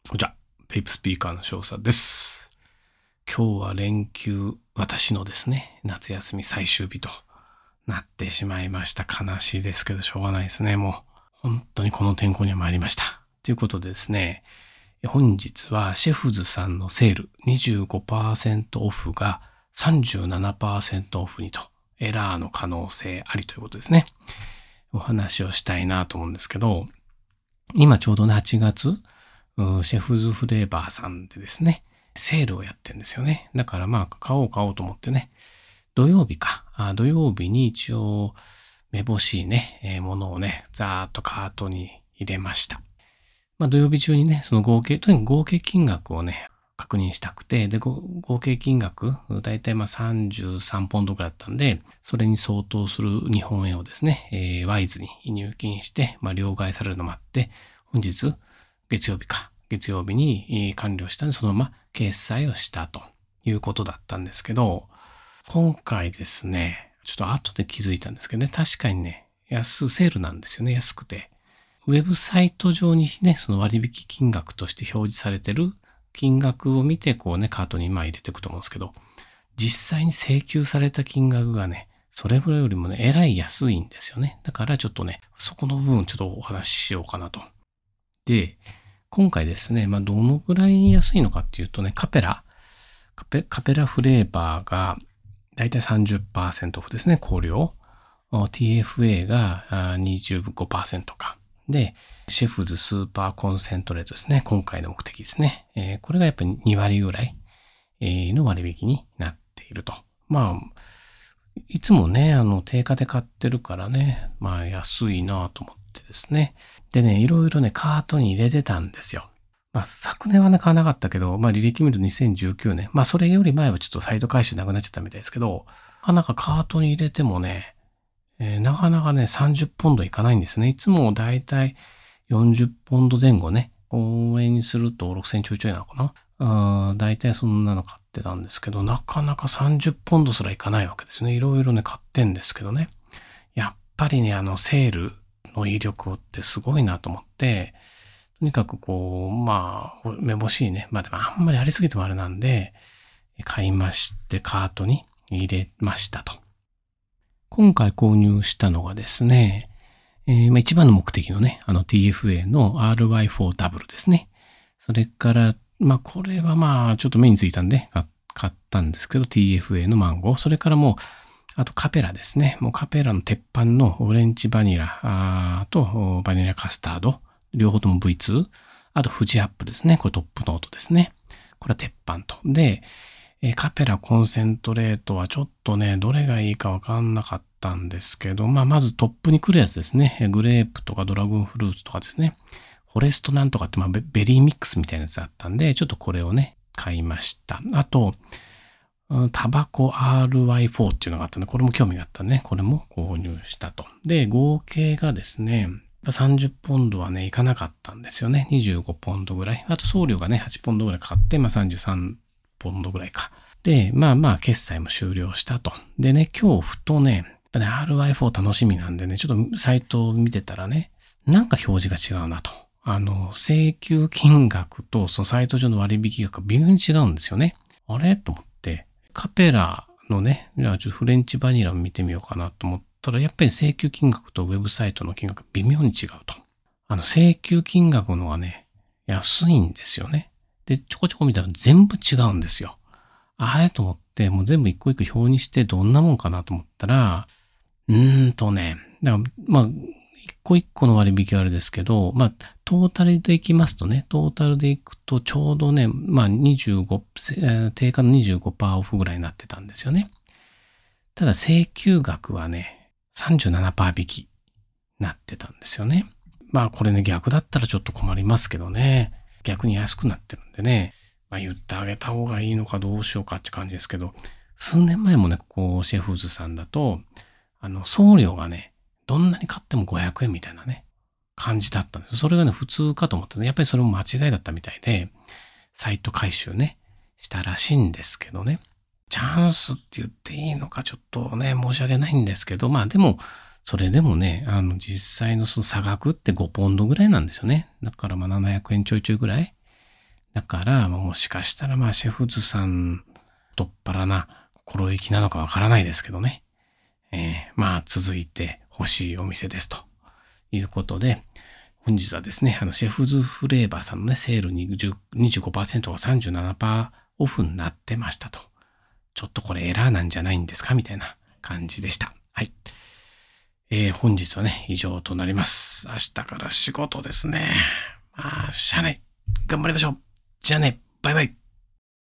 こんにちは。ペイプスピーカーの翔さんです。今日は連休、私のですね、夏休み最終日となってしまいました。悲しいですけど、しょうがないですね。もう、本当にこの天候には参りました。ということでですね、本日はシェフズさんのセール 25% オフが 37% オフにと、エラーの可能性ありということですね。お話をしたいなと思うんですけど、今ちょうどね、8月、シェフズフレーバーさんでですね、セールをやってるんですよね。だからまあ、買おうと思ってね、土曜日に一応、めぼしいね、ものをね、ざーっとカートに入れました。まあ土曜日中にね、そのとにかく合計金額をね、確認したくて、で、合計金額、だいたいまあ33ポンドくらいだったんで、それに相当する日本円をですね、ワイズに入金して、まあ両替されるのもあって、本日、月曜日に完了したんで、そのまま決済をしたということだったんですけど、今回ですね、ちょっと後で気づいたんですけどね、確かにね、セールなんですよね、安くて。ウェブサイト上にね、その割引金額として表示されてる金額を見て、こうね、カートに入れていくと思うんですけど、実際に請求された金額がね、それよりもね、えらい安いんですよね。だからちょっとね、そこの部分ちょっとお話ししようかなと。で、今回ですね、まあ、どのぐらい安いのかっていうとね、カペラフレーバーがだいたい 30% オフですね、考慮。TFA が 25% か。で、シェフズスーパーコンセントレートですね。今回の目的ですね。これがやっぱり2割ぐらいの割引になっていると。まあ、いつもね、定価で買ってるからね、まあ安いなと思ってですね。でね、いろいろね、カートに入れてたんですよ。まあ昨年はね、買わなかったけど、まあ履歴見ると2019年。まあそれより前はちょっとサイト回収なくなっちゃったみたいですけど、なんかカートに入れてもね、なかなかね、30ポンドいかないんですね。いつもだいたい40ポンド前後ね、応援にすると6000ちょいちょいなのかな。だいたいそんなの買ってたんですけど、なかなか30ポンドすらいかないわけですね。いろいろね、買ってんですけどね。やっぱりね、セールの威力ってすごいなと思って、とにかくこう、まあ、めぼしいね。まあでもあんまりありすぎてもあれなんで、買いまして、カートに入れましたと。今回購入したのがですね、一番の目的のね、TFA の RY4W ですね。それから、まあこれはまあちょっと目についたんで買ったんですけど、TFA のマンゴー。それからもう、あとカペラですね。もうカペラの鉄板のオレンジバニラとバニラカスタード。両方とも V2。あとフジアップですね。これトップノートですね。これは鉄板と。で、カペラコンセントレートはちょっとね、どれがいいかわかんなかったんですけど、まあ、まずトップに来るやつですね。グレープとかドラゴンフルーツとかですね。フォレストなんとかって、まあ、ベリーミックスみたいなやつあったんで、ちょっとこれをね、買いました。あと、タバコ RY4 っていうのがあったんで、これも興味があったんでね、これも購入したと。で、合計がですね、30ポンドはね、いかなかったんですよね。25ポンドぐらい。あと送料がね、8ポンドぐらいかかって、まあ33ポンドぐらいか。で、まあまあ、決済も終了したと。でね、今日ふとね、RY4 楽しみなんでね、ちょっとサイトを見てたらね、なんか表示が違うなと。請求金額とそのサイト上の割引額が微妙に違うんですよね。あれと思って、カペラのね、じゃあちょっとフレンチバニラを見てみようかなと思ったら、やっぱり請求金額とウェブサイトの金額が微妙に違うと。請求金額のがね、安いんですよね。で、ちょこちょこ見たら全部違うんですよ。あれと思って、もう全部一個一個表にしてどんなもんかなと思ったら、だから、まあ、一個一個の割引はあれですけど、まあ、トータルでいきますとね、トータルでいくとちょうどね、まあ定価の 25% オフぐらいになってたんですよね。ただ請求額はね、37% 引きになってたんですよね。まあこれね、逆だったらちょっと困りますけどね。逆に安くなってるんでね。まあ言ってあげた方がいいのかどうしようかって感じですけど、数年前もね、ここシェフズさんだと、送料がね、どんなに買っても500円みたいなね、感じだったんです。それがね、普通かと思ったね。やっぱりそれも間違いだったみたいで、サイト回収ね、したらしいんですけどね。チャンスって言っていいのかちょっとね、申し訳ないんですけど、まあでも、それでもね、実際のその差額って5ポンドぐらいなんですよね。だからまあ700円ちょいちょいぐらいだから、もしかしたらシェフズさん、太っ腹な心意気なのかわからないですけどね。続いて欲しいお店ですということで、本日はですね、シェフズフレーバーさんのね、セール25% が 37% オフになってましたと。ちょっとこれエラーなんじゃないんですかみたいな感じでした。はい。本日はね、以上となります。明日から仕事ですね。しゃあない。頑張りましょう。じゃあね、バイバイ。